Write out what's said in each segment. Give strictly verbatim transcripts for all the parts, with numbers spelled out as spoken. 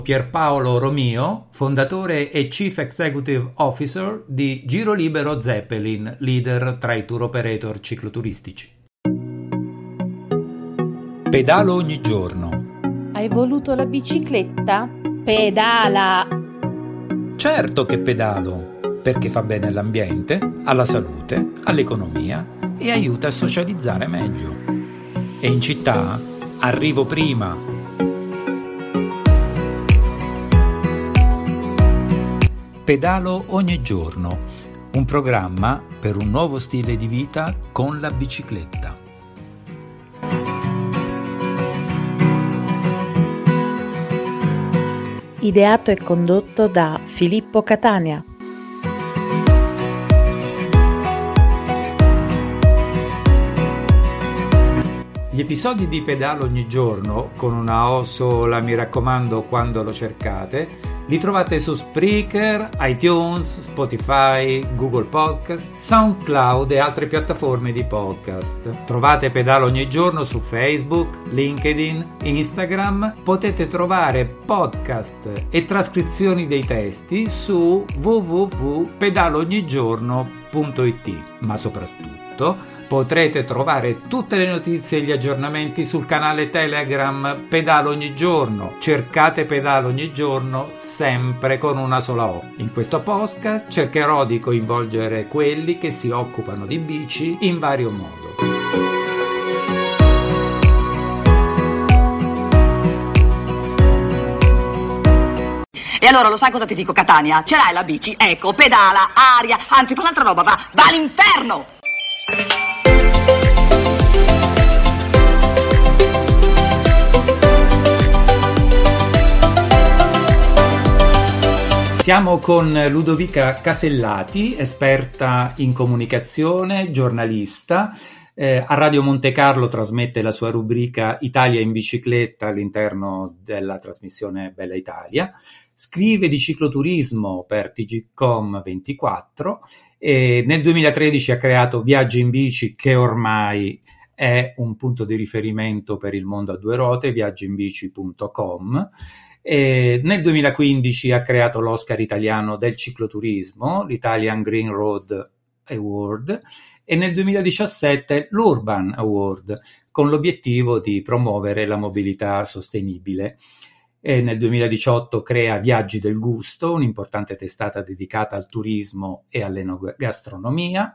Pierpaolo Romio, fondatore e Chief Executive Officer di Giro Libero Zeppelin, leader tra i tour operator cicloturistici. Pedalo ogni giorno. Hai voluto la bicicletta? Pedala! Certo che pedalo, perché fa bene all'ambiente, alla salute, all'economia e aiuta a socializzare meglio. E in città arrivo prima. Pedalo ogni giorno, un programma per un nuovo stile di vita con la bicicletta. Ideato e condotto da Filippo Catania. Gli episodi di Pedalo ogni giorno, con una O sola, mi raccomando quando lo cercate, li trovate su Spreaker, iTunes, Spotify, Google Podcast, SoundCloud e altre piattaforme di podcast. Trovate Pedalo ogni giorno su Facebook, LinkedIn, Instagram. Potete trovare podcast e trascrizioni dei testi su w w w punto pedalo ogni giorno punto i t, ma soprattutto potrete trovare tutte le notizie e gli aggiornamenti sul canale Telegram Pedalo ogni giorno. Cercate Pedalo ogni giorno sempre con una sola O. In questo podcast cercherò di coinvolgere quelli che si occupano di bici in vario modo. E allora lo sai cosa ti dico, Catania? Ce l'hai la bici? Ecco, pedala, aria, anzi fa un'altra roba, va, va all'inferno! Siamo con Ludovica Casellati, esperta in comunicazione, giornalista. Eh, a Radio Monte Carlo trasmette la sua rubrica Italia in bicicletta all'interno della trasmissione Bella Italia. Scrive di cicloturismo per T G Com ventiquattro e nel duemilatredici ha creato Viaggi in Bici, che ormai è un punto di riferimento per il mondo a due ruote, viaggi in bici punto com. E nel duemilaquindici ha creato l'Oscar italiano del cicloturismo, l'Italian Green Road Award, e nel duemiladiciassette l'Urban Award, con l'obiettivo di promuovere la mobilità sostenibile. E nel duemiladiciotto crea Viaggi del Gusto, un'importante testata dedicata al turismo e all'enogastronomia,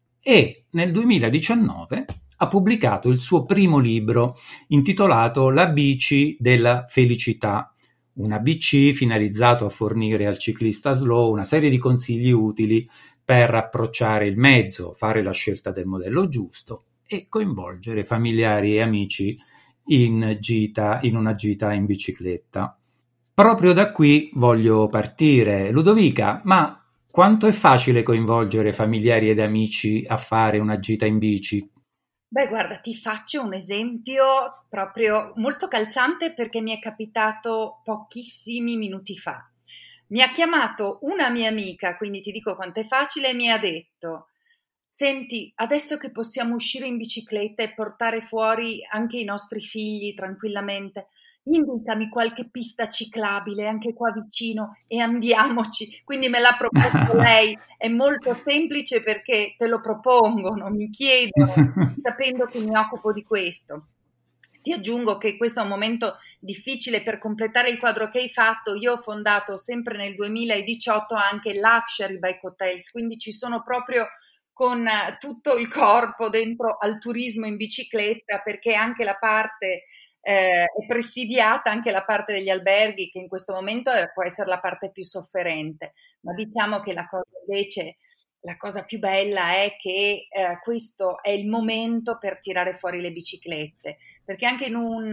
e nel duemiladiciannove ha pubblicato il suo primo libro intitolato La bici della felicità, una B C finalizzato a fornire al ciclista slow una serie di consigli utili per approcciare il mezzo, fare la scelta del modello giusto e coinvolgere familiari e amici in gita, in una gita in bicicletta. Proprio da qui voglio partire. Ludovica, ma quanto è facile coinvolgere familiari ed amici a fare una gita in bici? Beh, guarda, ti faccio un esempio proprio molto calzante perché mi è capitato pochissimi minuti fa. Mi ha chiamato una mia amica, quindi ti dico quanto è facile, e mi ha detto: senti, adesso che possiamo uscire in bicicletta e portare fuori anche i nostri figli tranquillamente, indicami qualche pista ciclabile anche qua vicino e andiamoci. Quindi me l'ha proposto lei. È molto semplice perché te lo propongono, mi chiedono, sapendo che mi occupo di questo. Ti aggiungo che questo è un momento difficile. Per completare il quadro che hai fatto, io ho fondato sempre nel duemiladiciotto anche Luxury Bike Hotels, quindi ci sono proprio con tutto il corpo dentro al turismo in bicicletta, perché anche la parte eh, è presidiata, anche la parte degli alberghi, che in questo momento può essere la parte più sofferente, ma diciamo che la cosa invece, la cosa più bella è che eh, questo è il momento per tirare fuori le biciclette, perché anche in un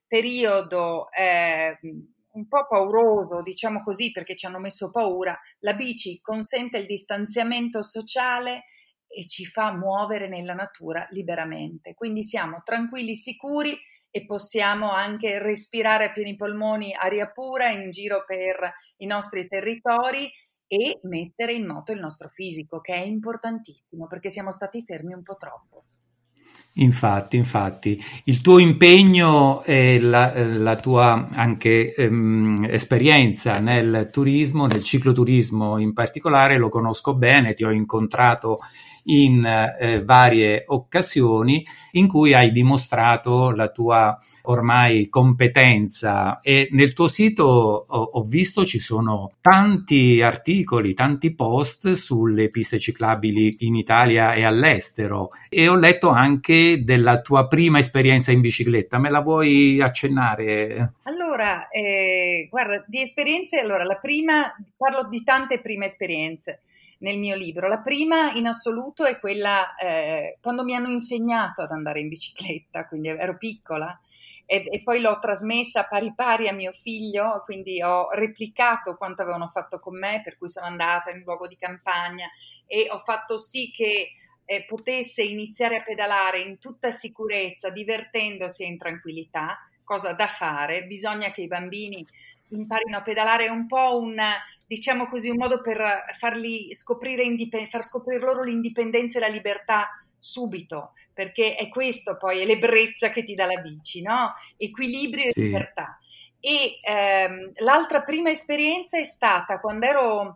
periodo eh, un po' pauroso, diciamo così, perché ci hanno messo paura, la bici consente il distanziamento sociale e ci fa muovere nella natura liberamente, quindi siamo tranquilli, sicuri e possiamo anche respirare a pieni polmoni aria pura in giro per i nostri territori e mettere in moto il nostro fisico, che è importantissimo perché siamo stati fermi un po' troppo. Infatti, infatti, il tuo impegno e la, la tua anche ehm, esperienza nel turismo, nel cicloturismo in particolare, lo conosco bene, ti ho incontrato in eh, varie occasioni in cui hai dimostrato la tua ormai competenza, e nel tuo sito ho, ho visto ci sono tanti articoli, tanti post sulle piste ciclabili in Italia e all'estero, e ho letto anche della tua prima esperienza in bicicletta. Me la vuoi accennare? Allora, eh, guarda, di esperienze, allora la prima, parlo di tante prime esperienze nel mio libro. La prima in assoluto è quella eh, quando mi hanno insegnato ad andare in bicicletta, quindi ero piccola, e, e poi l'ho trasmessa pari pari a mio figlio, quindi ho replicato quanto avevano fatto con me, per cui sono andata in un luogo di campagna e ho fatto sì che eh, potesse iniziare a pedalare in tutta sicurezza, divertendosi e in tranquillità, cosa da fare. Bisogna che i bambini imparino a pedalare, è un po' un, diciamo così, un modo per farli scoprire, indipend- far scoprire loro l'indipendenza e la libertà subito, perché è questo poi, è l'ebbrezza che ti dà la bici, no? Equilibrio e Sì. libertà. E ehm, l'altra prima esperienza è stata quando ero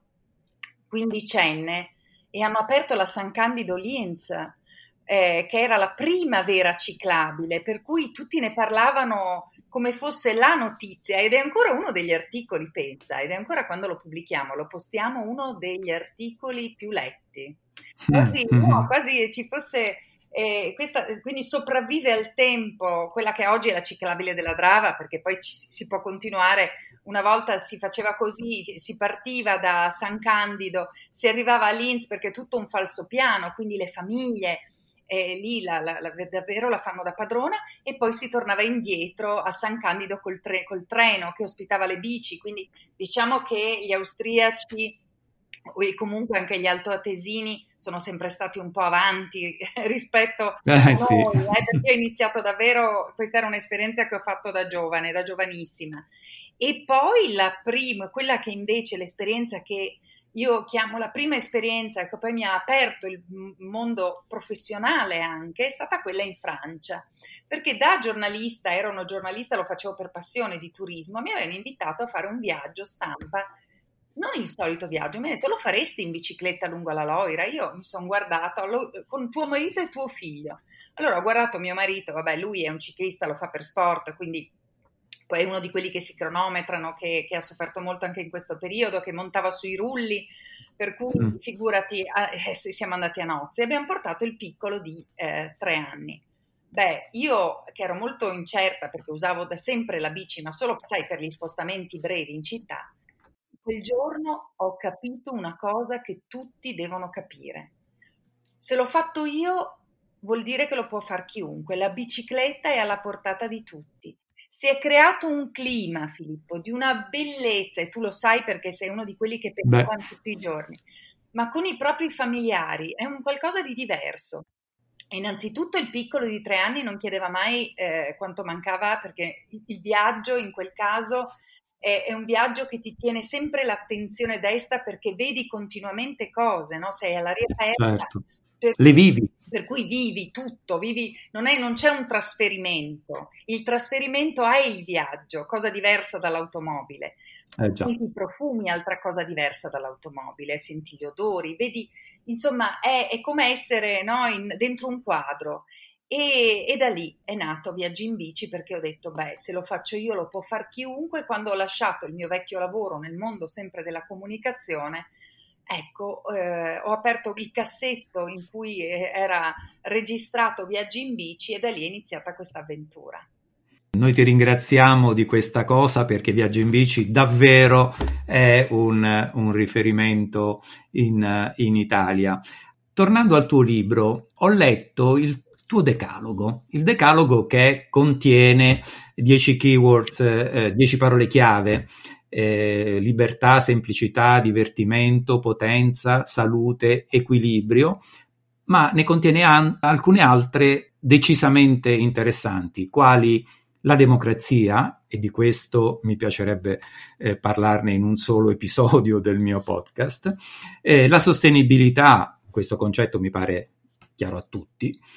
quindicenne e hanno aperto la San Candido Linz, eh, che era la prima vera ciclabile, per cui tutti ne parlavano come fosse la notizia, ed è ancora uno degli articoli, pensa, ed è ancora, quando lo pubblichiamo, lo postiamo, uno degli articoli più letti. Quasi, Mm-hmm. no, quasi ci fosse, eh, questa, quindi sopravvive al tempo quella che oggi è la ciclabile della Drava, perché poi ci, si può continuare. Una volta si faceva così, si partiva da San Candido, si arrivava a Linz perché è tutto un falsopiano, quindi le famiglie eh, lì la, la, la, davvero la fanno da padrona, e poi si tornava indietro a San Candido col, tre, col treno che ospitava le bici, quindi diciamo che gli austriaci e comunque anche gli altoatesini sono sempre stati un po' avanti rispetto Eh, a sì. noi, eh, perché ho iniziato davvero, questa era un'esperienza che ho fatto da giovane, da giovanissima. E poi la prima, quella che invece l'esperienza che io chiamo la prima esperienza che poi mi ha aperto il mondo professionale anche, è stata quella in Francia, perché da giornalista, ero una giornalista, lo facevo per passione di turismo, mi avevano invitato a fare un viaggio stampa, non il solito viaggio, mi ha detto: lo faresti in bicicletta lungo la Loira? Io mi sono guardata, lo, con tuo marito e tuo figlio. Allora ho guardato mio marito, vabbè, lui è un ciclista, lo fa per sport, quindi poi è uno di quelli che si cronometrano, che, che ha sofferto molto anche in questo periodo, che montava sui rulli, per cui mm. figurati, eh, siamo andati a nozze e abbiamo portato il piccolo di eh, tre anni. Beh, io che ero molto incerta perché usavo da sempre la bici, ma solo, sai, per gli spostamenti brevi in città, quel giorno ho capito una cosa che tutti devono capire. Se l'ho fatto io, vuol dire che lo può far chiunque. La bicicletta è alla portata di tutti. Si è creato un clima, Filippo, di una bellezza, e tu lo sai perché sei uno di quelli che pedalano tutti i giorni, ma con i propri familiari è un qualcosa di diverso. Innanzitutto il piccolo di tre anni non chiedeva mai eh, quanto mancava, perché il viaggio in quel caso è, è un viaggio che ti tiene sempre l'attenzione desta, perché vedi continuamente cose, no? Sei all'aria aperta. Certo. Per Le vivi. Per cui vivi tutto, vivi, non, è, non c'è un trasferimento, il trasferimento è il viaggio, cosa diversa dall'automobile. Eh già. Senti i profumi, altra cosa diversa dall'automobile, senti gli odori, vedi, insomma è, è come essere, no, in, dentro un quadro. E, e da lì è nato Viaggi in Bici, perché ho detto, beh, se lo faccio io lo può far chiunque. Quando ho lasciato il mio vecchio lavoro nel mondo sempre della comunicazione, ecco, eh, ho aperto il cassetto in cui era registrato Viaggi in Bici, e da lì è iniziata questa avventura. Noi ti ringraziamo di questa cosa, perché Viaggi in Bici davvero è un, un riferimento in, in Italia. Tornando al tuo libro, ho letto il tuo decalogo, il decalogo che contiene dieci keywords, eh, dieci parole chiave. Eh, libertà, semplicità, divertimento, potenza, salute, equilibrio, ma ne contiene an- alcune altre decisamente interessanti, quali la democrazia, e di questo mi piacerebbe eh, parlarne in un solo episodio del mio podcast, eh, la sostenibilità, questo concetto mi pare chiaro a tutti,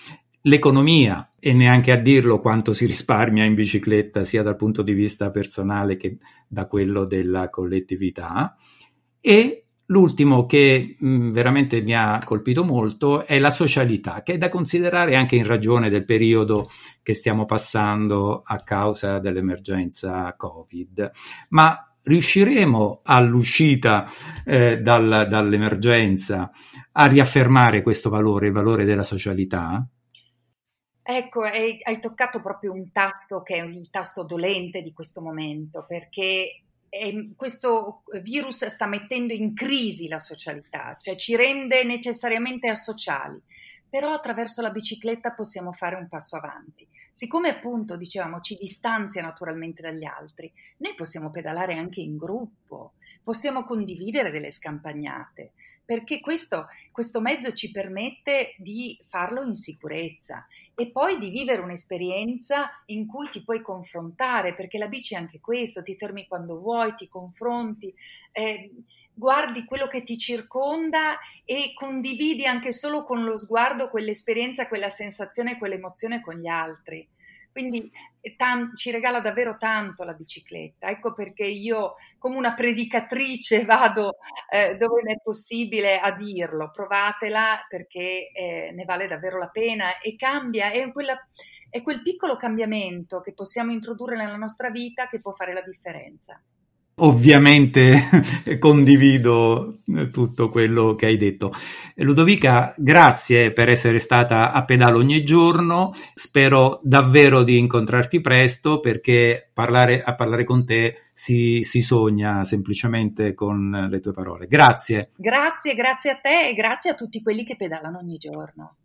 l'economia, e neanche a dirlo quanto si risparmia in bicicletta sia dal punto di vista personale che da quello della collettività. E l'ultimo che mh, veramente mi ha colpito molto è la socialità, che è da considerare anche in ragione del periodo che stiamo passando a causa dell'emergenza Covid. Ma riusciremo all'uscita eh, dal, dall'emergenza a riaffermare questo valore, il valore della socialità? Ecco, hai, hai toccato proprio un tasto che è il tasto dolente di questo momento, perché E questo virus sta mettendo in crisi la socialità, cioè ci rende necessariamente asociali, però attraverso la bicicletta possiamo fare un passo avanti. Siccome appunto, dicevamo, ci distanzia naturalmente dagli altri, noi possiamo pedalare anche in gruppo, possiamo condividere delle scampagnate, perché questo, questo mezzo ci permette di farlo in sicurezza e poi di vivere un'esperienza in cui ti puoi confrontare, perché la bici è anche questo, ti fermi quando vuoi, ti confronti, eh, guardi quello che ti circonda e condividi anche solo con lo sguardo quell'esperienza, quella sensazione, quell'emozione con gli altri. Quindi tan- ci regala davvero tanto la bicicletta, ecco perché io come una predicatrice vado eh, dove è possibile a dirlo, provatela perché eh, ne vale davvero la pena e cambia, è, quella, è quel piccolo cambiamento che possiamo introdurre nella nostra vita che può fare la differenza. Ovviamente condivido tutto quello che hai detto. Ludovica, grazie per essere stata a Pedalo ogni giorno, spero davvero di incontrarti presto perché parlare, a parlare con te si, si sogna semplicemente con le tue parole. Grazie. Grazie, grazie a te e grazie a tutti quelli che pedalano ogni giorno.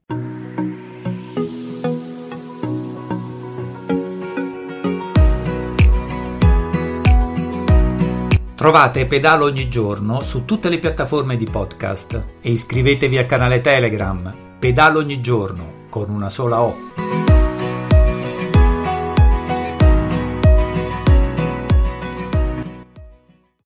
Trovate Pedalo ogni giorno su tutte le piattaforme di podcast e iscrivetevi al canale Telegram Pedalo ogni giorno con una sola O.